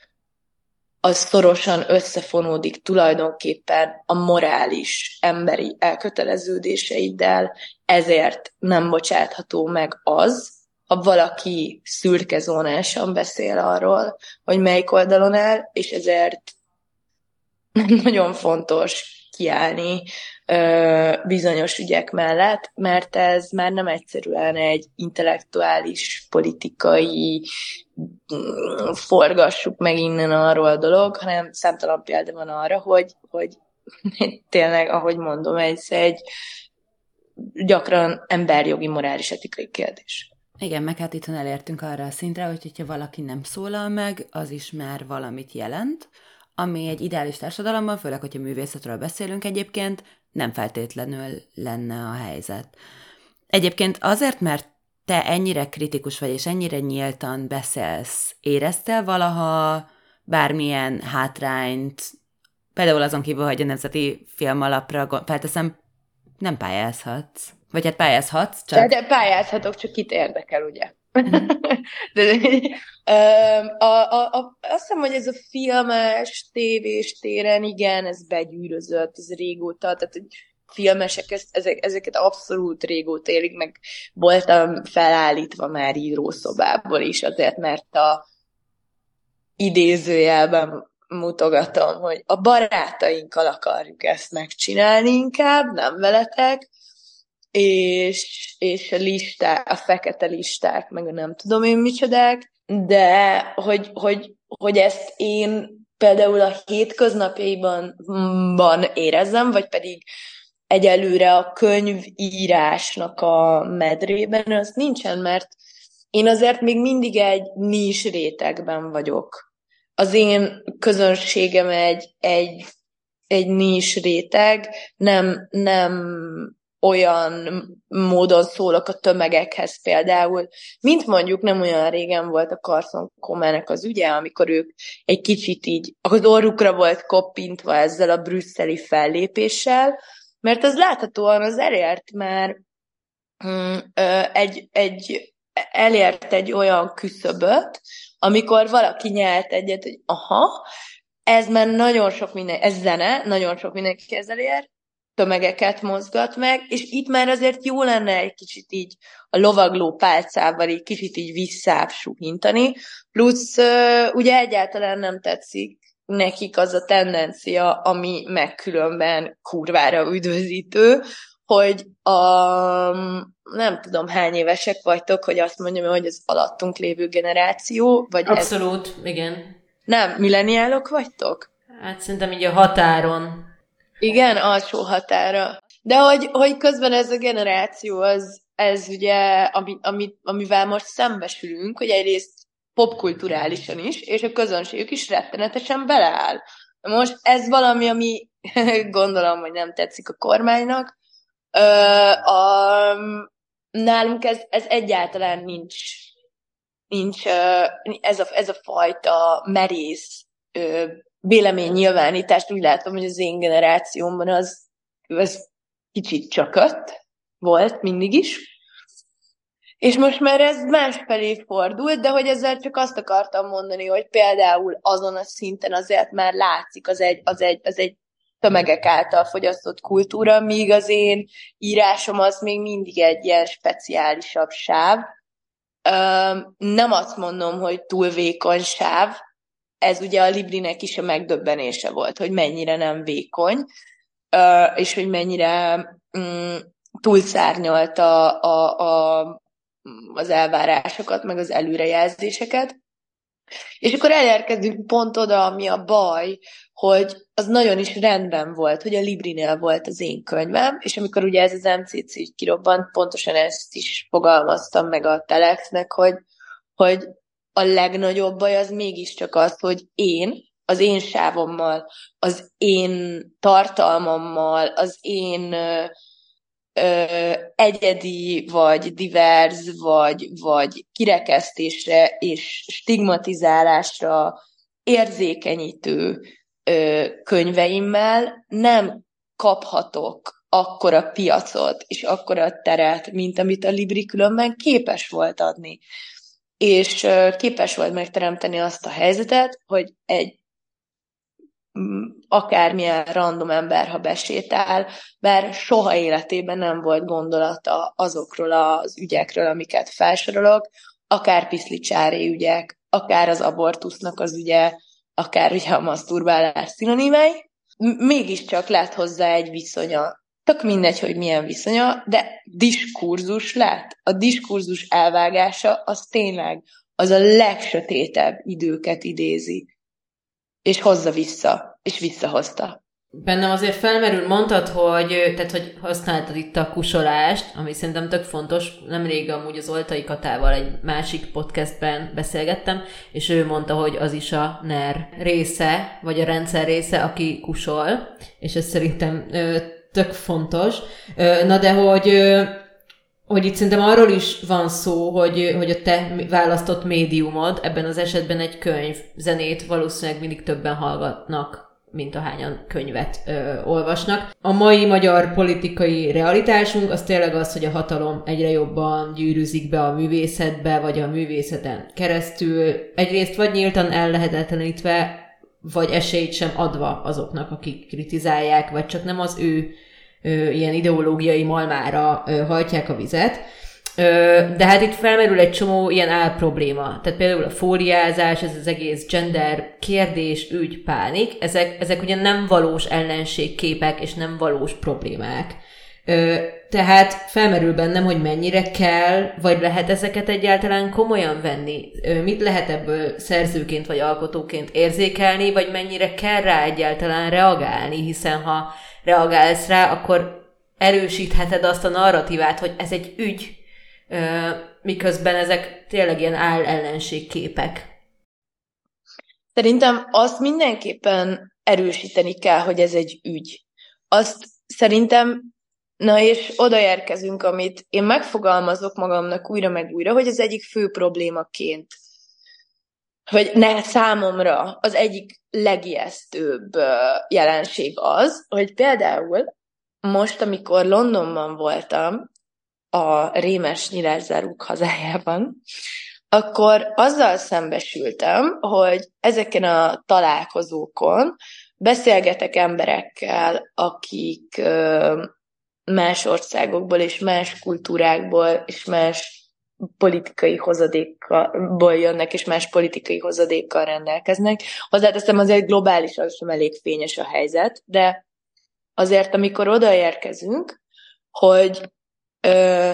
az szorosan összefonódik tulajdonképpen a morális, emberi elköteleződéseiddel, ezért nem bocsátható meg az, ha valaki szürkezónásan beszél arról, hogy melyik oldalon áll, és ezért nagyon fontos kiállni ö, bizonyos ügyek mellett, mert ez már nem egyszerűen egy intellektuális, politikai forgassuk meg innen arról a dolog, hanem számtalan példa van arra, hogy, hogy tényleg, ahogy mondom, ez egy gyakran emberjogi, morális, etikai kérdés. Igen, meg hát itthon elértünk arra a szintre, hogy hogyha valaki nem szólal meg, az is már valamit jelent, ami egy ideális társadalomban, főleg, hogyha művészetről beszélünk egyébként, nem feltétlenül lenne a helyzet. Egyébként azért, mert te ennyire kritikus vagy, és ennyire nyíltan beszélsz, éreztél valaha bármilyen hátrányt, például azon kívül, hogy a Nemzeti Filmalapra, felteszem, nem pályázhatsz. Vagy hát pályázhatsz, csak... De, de pályázhatok, csak kit érdekel, ugye? Mm. de, a, a, a, azt hiszem, hogy ez a filmes, tévés téren, igen, ez begyűrözött, ez régóta, tehát hogy filmesek ezt, ezek, ezeket abszolút régóta élik, meg voltam felállítva már írószobából is, azért, mert a idézőjelben mutogatom, hogy a barátainkkal akarjuk ezt megcsinálni inkább, nem veletek, és, és a listák, a fekete listák, meg a nem tudom én micsodák, de hogy, hogy, hogy ezt én például a hétköznapjaiban van érezzem, vagy pedig egyelőre a könyvírásnak a medrében, az nincsen, mert én azért még mindig egy nis rétegben vagyok. Az én közönségem egy, egy, egy nis réteg, nem, nem olyan módon szólok a tömegekhez például, mint mondjuk nem olyan régen volt a Carson Comának az ügye, amikor ők egy kicsit így az orrukra volt koppintva ezzel a brüsszeli fellépéssel, mert az láthatóan az elért már mm, egy, egy, elért egy olyan küszöböt, amikor valaki nyelt egyet, hogy aha, ez már nagyon sok minden, ez zene, nagyon sok mindenki ezzel ér, tömegeket mozgat meg, és itt már azért jó lenne egy kicsit így a lovagló pálcával egy kicsit így visszább suhintani, plusz ugye egyáltalán nem tetszik nekik az a tendencia, ami megkülönben kurvára üdvözítő, hogy a, nem tudom hány évesek vagytok, hogy azt mondjam, hogy az alattunk lévő generáció, vagy abszolút, ez... igen. Nem, milleniálok vagytok? Hát szerintem így a határon. Igen, alsó határa. De hogy, hogy közben ez a generáció az ez ugye, ami, ami, amivel most szembesülünk, hogy egyrészt popkulturálisan is, és a közönségük is rettenetesen beleáll. Most ez valami, ami gondolom, hogy nem tetszik a kormánynak. Ö, a, nálunk ez, ez egyáltalán nincs, nincs ö, ez, a, ez a fajta merész ö, véleménynyilvánítást. Úgy látom, hogy az én generációmban az, az kicsit csökött volt mindig is. És most már ez másfelé fordult, de hogy ezzel csak azt akartam mondani, hogy például azon a szinten azért már látszik, az egy, az egy, az egy tömegek által fogyasztott kultúra, míg az én írásom az még mindig egy ilyen speciálisabb sáv. Nem azt mondom, hogy túl vékony sáv, ez ugye a Librinek is a megdöbbenése volt, hogy mennyire nem vékony, és hogy mennyire mm, túlszárnyalta a, a az elvárásokat, meg az előrejelzéseket. És akkor elérkezünk pont oda, ami a baj, hogy az nagyon is rendben volt, hogy a Librinél volt az én könyvem, és amikor ugye ez az em cé cé kirobbant, pontosan ezt is fogalmaztam meg a Telexnek, hogy, hogy a legnagyobb baj az mégiscsak az, hogy én, az én sávommal, az én tartalmammal, az én Ö, egyedi, vagy divers, vagy, vagy kirekesztésre és stigmatizálásra érzékenyítő ö, könyveimmel nem kaphatok akkora piacot és akkora teret, mint amit a Libri különben képes volt adni. És ö, képes volt megteremteni azt a helyzetet, hogy egy akármilyen random ember, ha besétál, bár soha életében nem volt gondolata azokról az ügyekről, amiket felsorolok, akár piszlicsári ügyek, akár az abortusznak az ügye, akár ugye a maszturbálás szinonimái, mégiscsak lett hozzá egy viszonya. Tök mindegy, hogy milyen viszonya, de diskurzus lett. A diskurzus elvágása az tényleg az a legsötétebb időket idézi. És hozza vissza, és visszahozta. Bennem azért felmerül, mondtad, hogy, tehát, hogy használtad itt a kusolást, ami szerintem tök fontos. Nemrég amúgy az Oltai Katával egy másik podcastben beszélgettem, és ő mondta, hogy az is a NER része, vagy a rendszer része, aki kusol, és ez szerintem ö, tök fontos. Ö, na de hogy... Ö, hogy itt szerintem arról is van szó, hogy, hogy a te választott médiumod, ebben az esetben egy könyv, zenét valószínűleg mindig többen hallgatnak, mint ahányan könyvet ö, olvasnak. A mai magyar politikai realitásunk az tényleg az, hogy a hatalom egyre jobban gyűrűzik be a művészetbe, vagy a művészeten keresztül. Egyrészt vagy nyíltan ellehetetlenítve, vagy esélyt sem adva azoknak, akik kritizálják, vagy csak nem az ő Ö, ilyen ideológiai malmára ö, hajtják a vizet. Ö, de hát itt felmerül egy csomó ilyen álprobléma. Tehát például a fóliázás, ez az egész gender kérdés, ügy, pánik, ezek, ezek ugye nem valós ellenségképek, és nem valós problémák. Ö, tehát felmerül bennem, hogy mennyire kell, vagy lehet ezeket egyáltalán komolyan venni. Ö, mit lehet ebből szerzőként, vagy alkotóként érzékelni, vagy mennyire kell rá egyáltalán reagálni, hiszen ha reagálsz rá, akkor erősítheted azt a narratívát, hogy ez egy ügy, miközben ezek tényleg ilyen áll-ellenségképek. Szerintem azt mindenképpen erősíteni kell, hogy ez egy ügy. Azt szerintem, na és odaérkezünk, amit én megfogalmazok magamnak újra meg újra, hogy az egyik fő problémaként, hogy ne, számomra az egyik legijesztőbb jelenség az, hogy például most, amikor Londonban voltam, a rémes nyilászárók hazájában, akkor azzal szembesültem, hogy ezeken a találkozókon beszélgetek emberekkel, akik más országokból és más kultúrákból és más politikai hozadékból jönnek, és más politikai hozadékkal rendelkeznek. Hozzáteszem, azért globálisan sem elég fényes a helyzet, de azért, amikor odaérkezünk, hogy, ö,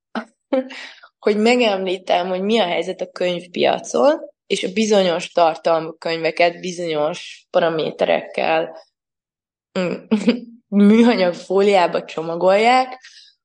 hogy megemlítem, hogy mi a helyzet a könyvpiacon, és a bizonyos tartalmú könyveket bizonyos paraméterekkel műanyag fóliába csomagolják,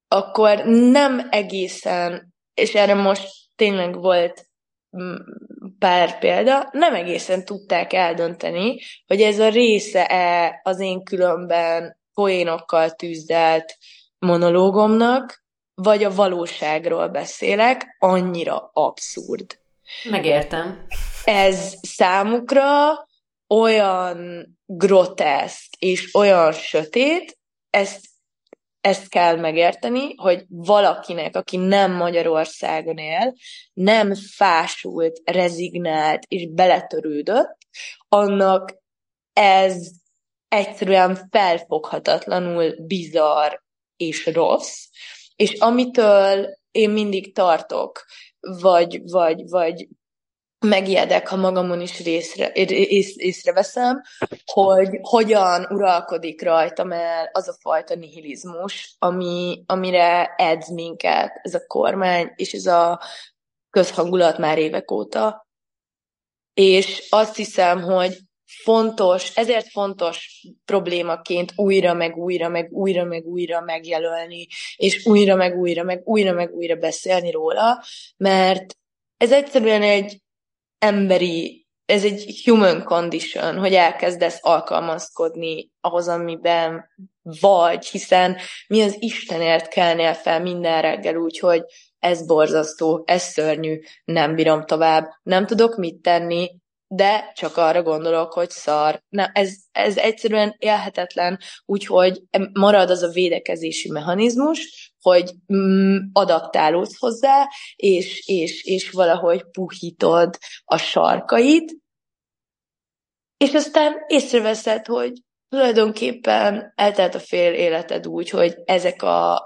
akkor nem egészen, és erre most tényleg volt pár példa, nem egészen tudták eldönteni, hogy ez a része-e az én különben poénokkal tűzdelt monológomnak, vagy a valóságról beszélek, annyira abszurd. Megértem. Ez számukra olyan groteszk és olyan sötét, ezt, ezt kell megérteni, hogy valakinek, aki nem Magyarországon él, nem fásult, rezignált és beletörődött, annak ez egyszerűen felfoghatatlanul bizarr és rossz, és amitől én mindig tartok, vagy, vagy, vagy megijedek, ha magamon is részre, ész, észreveszem, hogy hogyan uralkodik rajtam el az a fajta nihilizmus, ami, amire edz minket ez a kormány, és ez a közhangulat már évek óta. És azt hiszem, hogy fontos, ezért fontos problémaként újra, meg újra, meg újra, meg újra megjelölni, és újra, meg újra, meg újra, meg újra beszélni róla, mert ez egyszerűen egy emberi, ez egy human condition, hogy elkezdesz alkalmazkodni ahhoz, amiben vagy, hiszen mi az Istenért kelnél fel minden reggel úgy, hogy ez borzasztó, ez szörnyű, nem bírom tovább, nem tudok mit tenni, de csak arra gondolok, hogy szar. Na, ez, ez egyszerűen élhetetlen, úgyhogy marad az a védekezési mechanizmus, hogy mm, adaptálódsz hozzá, és, és, és valahogy puhítod a sarkait, és aztán észreveszed, hogy tulajdonképpen eltelt a fél életed úgy, hogy ezek a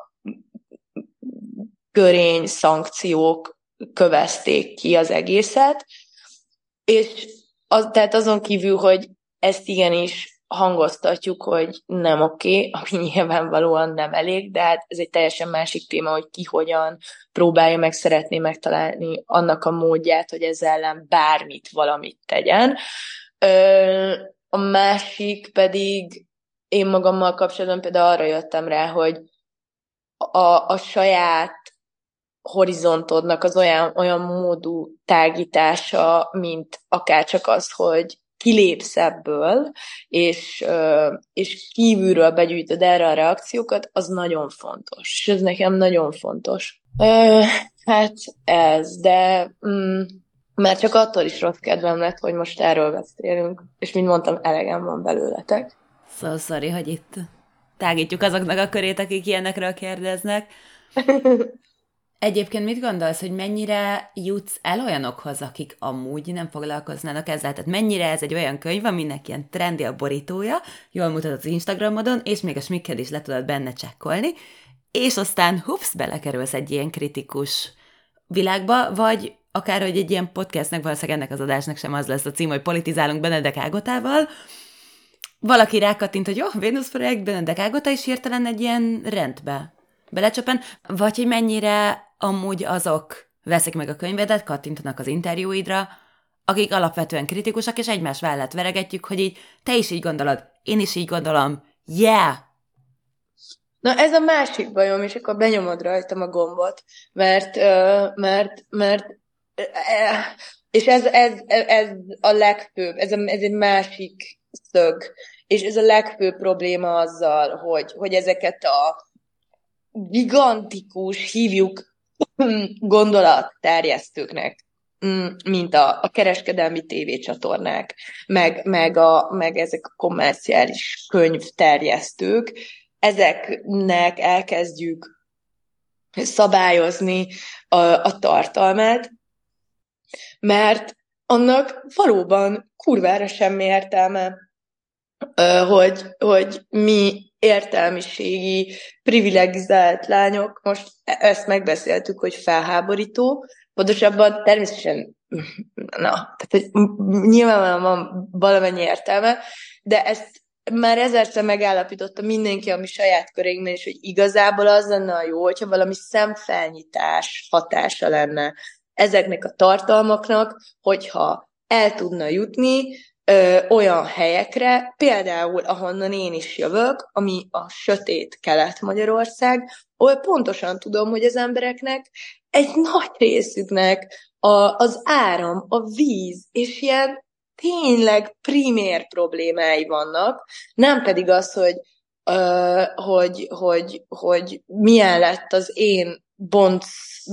görény szankciók kövezték ki az egészet, és az, tehát azon kívül, hogy ezt igenis hangoztatjuk, hogy nem oké, ami nyilvánvalóan nem elég, de hát ez egy teljesen másik téma, hogy ki hogyan próbálja meg, szeretné megtalálni annak a módját, hogy ezzel ellen bármit, valamit tegyen. Ö, a másik pedig én magammal kapcsolatban például arra jöttem rá, hogy a, a saját horizontodnak az olyan, olyan módú tágítása, mint akárcsak az, hogy kilépsz ebből, és, és kívülről begyűjtöd erre a reakciókat, az nagyon fontos. És ez nekem nagyon fontos. Hát ez, de mm, már csak attól is rossz kedvem lett, hogy most erről beszélünk, és mint mondtam, elegem van belőletek. So sorry, hogy itt tágítjuk azoknak a körét, akik ilyenekről kérdeznek. Egyébként mit gondolsz, hogy mennyire jutsz el olyanokhoz, akik amúgy nem foglalkoznának ezzel? Tehát mennyire ez egy olyan könyv, aminek ilyen trendi a borítója, jól mutat az Instagramodon, és még a smikked is le tudod benne csekkolni, és aztán hups, belekerülsz egy ilyen kritikus világba, vagy akár, hogy egy ilyen podcastnek, valószínűleg ennek az adásnak sem az lesz a cím, hogy politizálunk Benedek Ágotával, valaki rákattint, hogy jó, Vénusz projekt, Benedek Ágota is hirtelen egy ilyen rendbe belecsöppen, vagy hogy mennyire amúgy azok veszik meg a könyvedet, kattintanak az interjúidra, akik alapvetően kritikusak, és egymás vállát veregetjük, hogy így te is így gondolod, én is így gondolom, yeah! Na ez a másik bajom, és akkor benyomod rajtam a gombot, mert, mert, mert és ez, ez, ez a legfőbb, ez, a, ez egy másik szög, és ez a legfőbb probléma azzal, hogy, hogy ezeket a gigantikus, hívjuk gondolatterjesztőknek, mint a, a kereskedelmi tévécsatornák, meg, meg, a, meg ezek a kommerciális könyvterjesztők, ezeknek elkezdjük szabályozni a, a tartalmát, mert annak valóban kurvára semmi értelme, hogy, hogy mi értelmiségi, privilegizált lányok, most ezt megbeszéltük, hogy felháborító, pontosabban természetesen, na, tehát hogy nyilvánvalóan van valamennyi értelme, de ezt már ezerszer megállapította mindenki a mi saját körénkben is, hogy igazából az lenne a jó, hogyha valami szemfelnyitás hatása lenne ezeknek a tartalmaknak, hogyha el tudna jutni Ö, olyan helyekre, például ahonnan én is jövök, ami a sötét Kelet-Magyarország, ahol pontosan tudom, hogy az embereknek egy nagy részüknek a, az áram, a víz, és ilyen tényleg primér problémái vannak, nem pedig az, hogy, uh, hogy, hogy, hogy milyen lett az én bont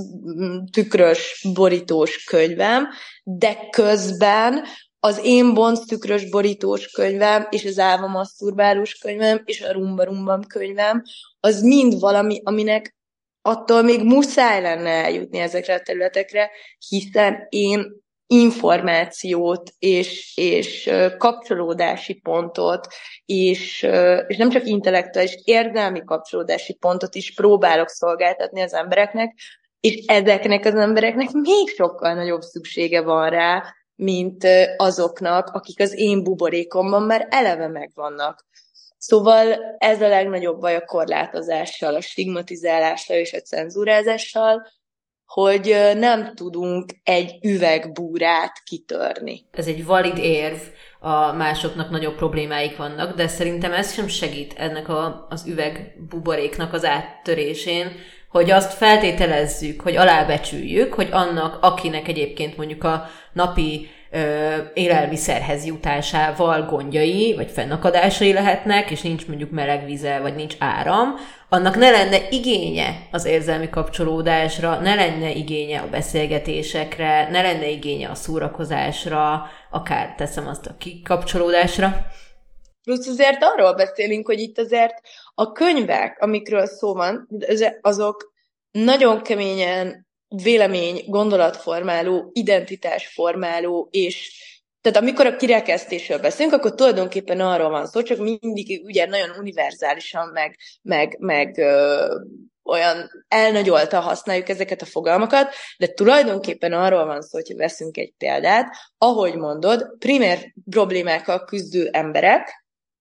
tükrös borítós könyvem, de közben az én bonc tükrös borítós könyvem, és az álva maszturbálós könyvem, és a rumba rumbam könyvem, az mind valami, aminek attól még muszáj lenne eljutni ezekre a területekre, hiszen én információt és, és kapcsolódási pontot, és, és nem csak intellektuális, érzelmi kapcsolódási pontot is próbálok szolgáltatni az embereknek, és ezeknek az embereknek még sokkal nagyobb szüksége van rá, mint azoknak, akik az én buborékomban már eleve megvannak. Szóval ez a legnagyobb baj a korlátozással, a stigmatizálással és a cenzúrázással, hogy nem tudunk egy üvegbúrát kitörni. Ez egy valid érv, a másoknak nagyobb problémáik vannak, de szerintem ez sem segít ennek a, az üvegbuboréknak az áttörésén, hogy azt feltételezzük, hogy alábecsüljük, hogy annak, akinek egyébként mondjuk a napi ö, élelmiszerhez jutásával gondjai, vagy fennakadásai lehetnek, és nincs mondjuk meleg vize, vagy nincs áram, annak ne lenne igénye az érzelmi kapcsolódásra, ne lenne igénye a beszélgetésekre, ne lenne igénye a szórakozásra, akár teszem azt a kikapcsolódásra. Plusz azért arról beszélünk, hogy itt azért a könyvek, amikről szó van, azok nagyon keményen vélemény, gondolatformáló, identitásformáló, és tehát amikor a kirekesztésről beszélünk, akkor tulajdonképpen arról van szó, csak mindig ugye nagyon univerzálisan, meg, meg, meg ö, olyan elnagyoltan használjuk ezeket a fogalmakat, de tulajdonképpen arról van szó, hogy veszünk egy példát, ahogy mondod, primér problémákkal küzdő emberek,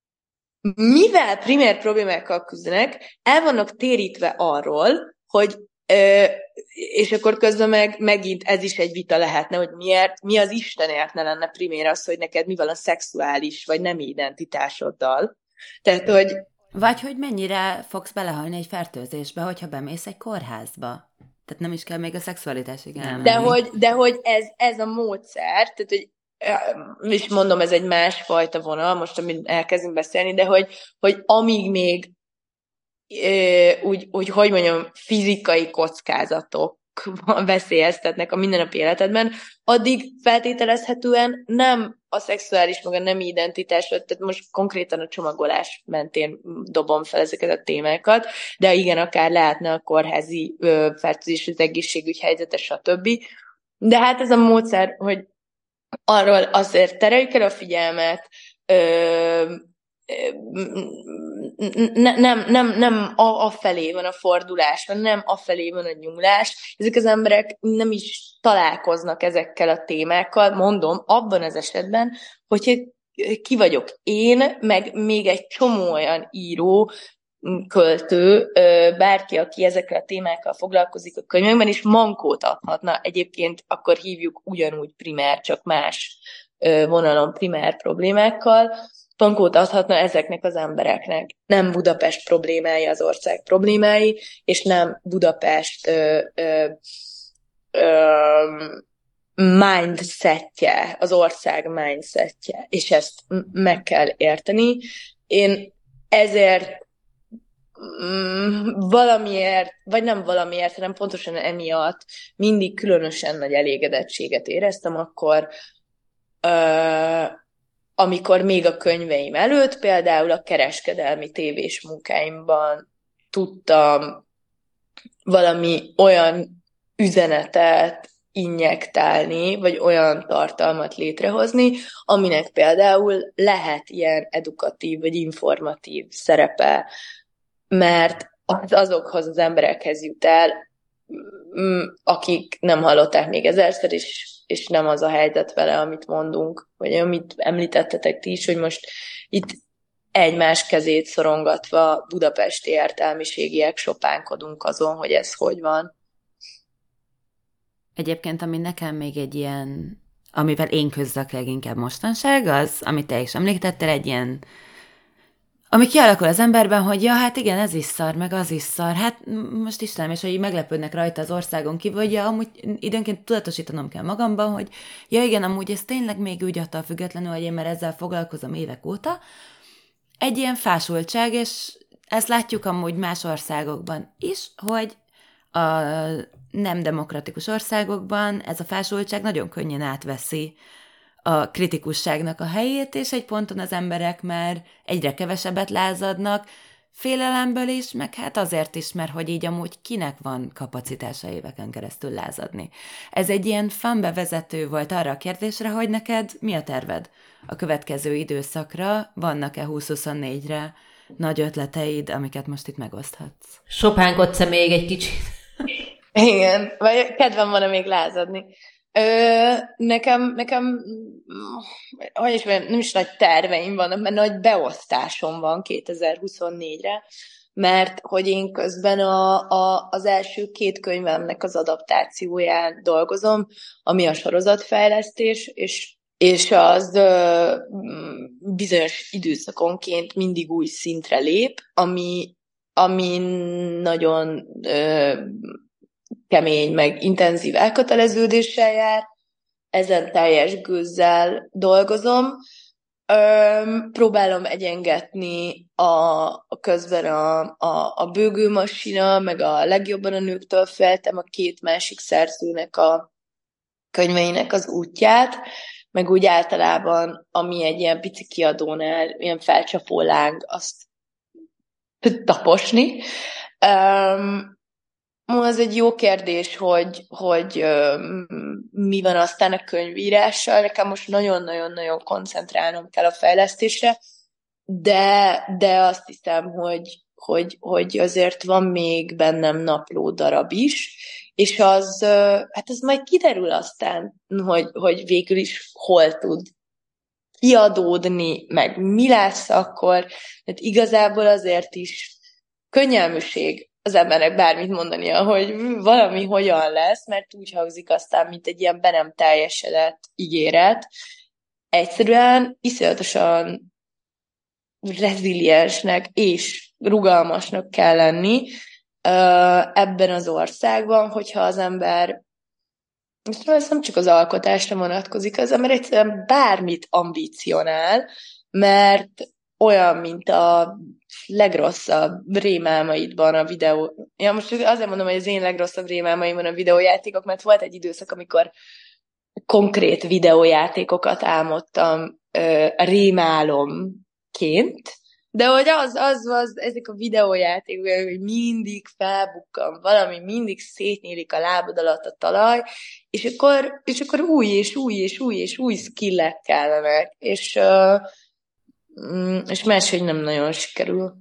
mivel primér problémákkal küzdenek, el vannak térítve arról, hogy ö, és akkor közben meg megint ez is egy vita lehetne, hogy miért, mi az Istenért ne lenne primér az, hogy neked mi van a szexuális vagy nemi identitásoddal. Tehát, hogy... Vagy hogy mennyire fogsz belehalni egy fertőzésbe, hogyha bemész egy kórházba. Tehát nem is kell még a szexualitásig elmenni. De hogy, de hogy ez, ez a módszer, tehát, hogy és mondom, ez egy másfajta vonal, most amit elkezdünk beszélni, de hogy, hogy amíg még úgy, úgy, hogy mondjam, fizikai kockázatok veszélyeztetnek a mindennapi életedben, addig feltételezhetően nem a szexuális, meg a nemi identitás, tehát most konkrétan a csomagolás mentén dobom fel ezeket a témákat, de igen, akár lehetne a kórházi fertőzés, az egészségügy helyzete, stb. De hát ez a módszer, hogy arról azért tereljük el a figyelmet, ö, Ne, nem, nem, nem a, a felé van a fordulás, nem a felé van a nyúlás. Ezek az emberek nem is találkoznak ezekkel a témákkal, mondom, abban az esetben, hogyha ki vagyok én, meg még egy csomó olyan író, költő, bárki, aki ezekkel a témákkal foglalkozik a könyvekben, és mankót adhatna. Egyébként akkor hívjuk ugyanúgy primer, csak más vonalon primer problémákkal, tankót adhatna ezeknek az embereknek. Nem Budapest problémái az ország problémái, és nem Budapest ö, ö, ö, mindsetje, az ország mindsetje, és ezt meg kell érteni. Én ezért mm, valamiért, vagy nem valamiért, hanem pontosan emiatt mindig különösen nagy elégedettséget éreztem, akkor ö, amikor még a könyveim előtt, például a kereskedelmi tévés munkáimban tudtam valami olyan üzenetet injektálni, vagy olyan tartalmat létrehozni, aminek például lehet ilyen edukatív, vagy informatív szerepe, mert az azokhoz az emberekhez jut el, akik nem hallották még ezerszer, és és nem az a helyzet vele, amit mondunk, vagy amit említettetek ti is, hogy most itt egymás kezét szorongatva budapesti értelmiségiek sopánkodunk azon, hogy ez hogy van. Egyébként, ami nekem még egy ilyen, amivel én küzdök leginkább mostanság, az, amit te is említettél, egy ilyen ami kialakul az emberben, hogy ja, hát igen, ez is szar, meg az is szar. Hát most Istenem, és hogy így meglepődnek rajta az országon kívül, hogy ja, amúgy időnként tudatosítanom kell magamban, hogy ja, igen, amúgy ez tényleg még úgy attól függetlenül, hogy én már ezzel foglalkozom évek óta. Egy ilyen fásultság, és ezt látjuk amúgy más országokban is, hogy a nem demokratikus országokban ez a fásultság nagyon könnyen átveszi a kritikusságnak a helyét, és egy ponton az emberek már egyre kevesebbet lázadnak, félelemből is, meg hát azért is, mert hogy így amúgy kinek van kapacitása éveken keresztül lázadni. Ez egy ilyen fun bevezető volt arra a kérdésre, hogy neked mi a terved a következő időszakra, vannak-e húsz-huszonnégyre nagy ötleteid, amiket most itt megoszthatsz? Sopánkodsz-e még egy kicsit? Igen, vagy kedvem van-e még lázadni. Ö, nekem, nekem, hogy is mondjam, nem is nagy terveim vannak, mert nagy beosztásom van kétezer-huszonnégyre, mert hogy én közben a, a, az első két könyvemnek az adaptációján dolgozom, ami a sorozatfejlesztés, és, és az ö, bizonyos időszakonként mindig új szintre lép, ami, ami nagyon ö, kemény, meg intenzív elköteleződéssel jár, ezen teljes gőzzel dolgozom. Öm, próbálom egyengetni a, a közben a, a, a bőgőmasina, meg a legjobban a nőktől féltem a két másik szerzőnek a könyveinek az útját, meg úgy általában, ami egy ilyen pici kiadónál, ilyen felcsapó láng, azt taposni. Öm, Az egy jó kérdés, hogy, hogy uh, mi van aztán a könyvírással. Nekem most nagyon-nagyon-nagyon koncentrálnom kell a fejlesztésre, de, de azt hiszem, hogy, hogy, hogy azért van még bennem napló darab is, és az, uh, hát az majd kiderül aztán, hogy, hogy végül is hol tud kiadódni, meg mi lesz akkor. Hát igazából azért is könnyelműség az embernek bármit mondania, hogy valami hogyan lesz, mert úgy hangzik aztán, mint egy ilyen be nem teljesedett ígéret. Egyszerűen iszonyatosan reziliensnek és rugalmasnak kell lenni ebben az országban, hogyha az ember, ez nem csak az alkotásra vonatkozik, az ember egyszerűen bármit ambicionál, mert olyan, mint a legrosszabb rémálmaidban a videó... Ja, most azért mondom, hogy az én legrosszabb rémálmaimban a videójátékok, mert volt egy időszak, amikor konkrét videójátékokat álmodtam ö, rémálomként, de hogy az, az, az, ezek a videójátékok, hogy mindig felbukkan valami, mindig szétnyílik a lábad alatt a talaj, és akkor, és akkor új, és új, és új, és új skillek kellenek, és... Ö, és máshogy nem nagyon sikerül.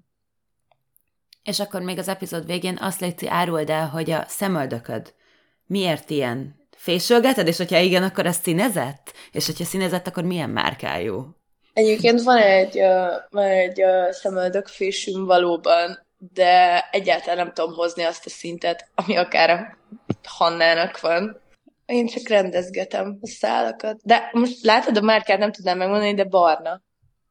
És akkor még az epizód végén azt létszi, áruld el, hogy a szemöldököd miért ilyen? Fésölgeted, és hogyha igen, akkor az színezett? És hogyha színezett, akkor milyen márkájú? Egyébként van egy, uh, van egy uh, szemöldökfésünk valóban, de egyáltalán nem tudom hozni azt a szintet, ami akár a Hannának van. Én csak rendezgetem a szálakat. De most látod, a márkát nem tudnám megmondani, de barna.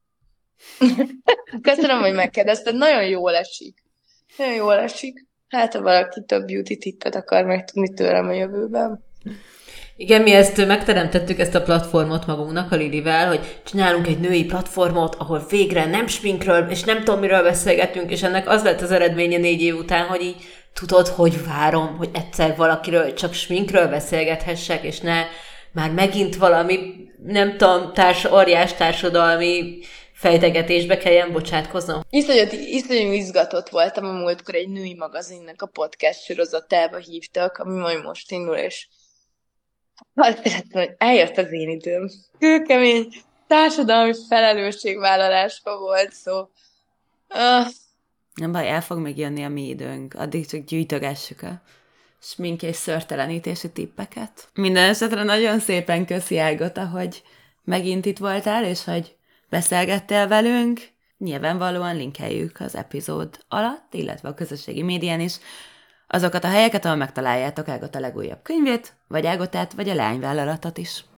Köszönöm, hogy megkérdezted. Nagyon jól esik. Nagyon jól esik. Hát, ha valaki több beauty tippet akar megtudni tőlem a jövőben. Igen, mi ezt megteremtettük, ezt a platformot magunknak, a Lilivel, hogy csinálunk egy női platformot, ahol végre nem sminkről, és nem tudom, miről beszélgetünk, és ennek az lett az eredménye négy év után, hogy így tudod, hogy várom, hogy egyszer valakiről csak sminkről beszélgethessek, és ne már megint valami, nem tudom, társ, óriás társadalmi fejtegetésbe kelljen bocsátkoznom. Iszonyat, iszonyat izgatott voltam a múltkor egy női magazinnak a podcast sorozatába hívtak, ami majd most indul, és azt éreztem, hogy eljött az én időm. Kőkemény társadalmi felelősségvállalásba volt szó. Uh. Nem baj, el fog még jönni a mi időnk. Addig csak gyűjtögessük a smink és szőrtelenítési tippeket. Minden esetre nagyon szépen köszi, Ágota, hogy megint itt voltál, és hogy beszélgettél velünk. Nyilvánvalóan linkeljük az epizód alatt, illetve a közösségi médián is azokat a helyeket, ahol megtaláljátok Ágota legújabb könyvét, vagy Ágotát, vagy a leányvállalatot is.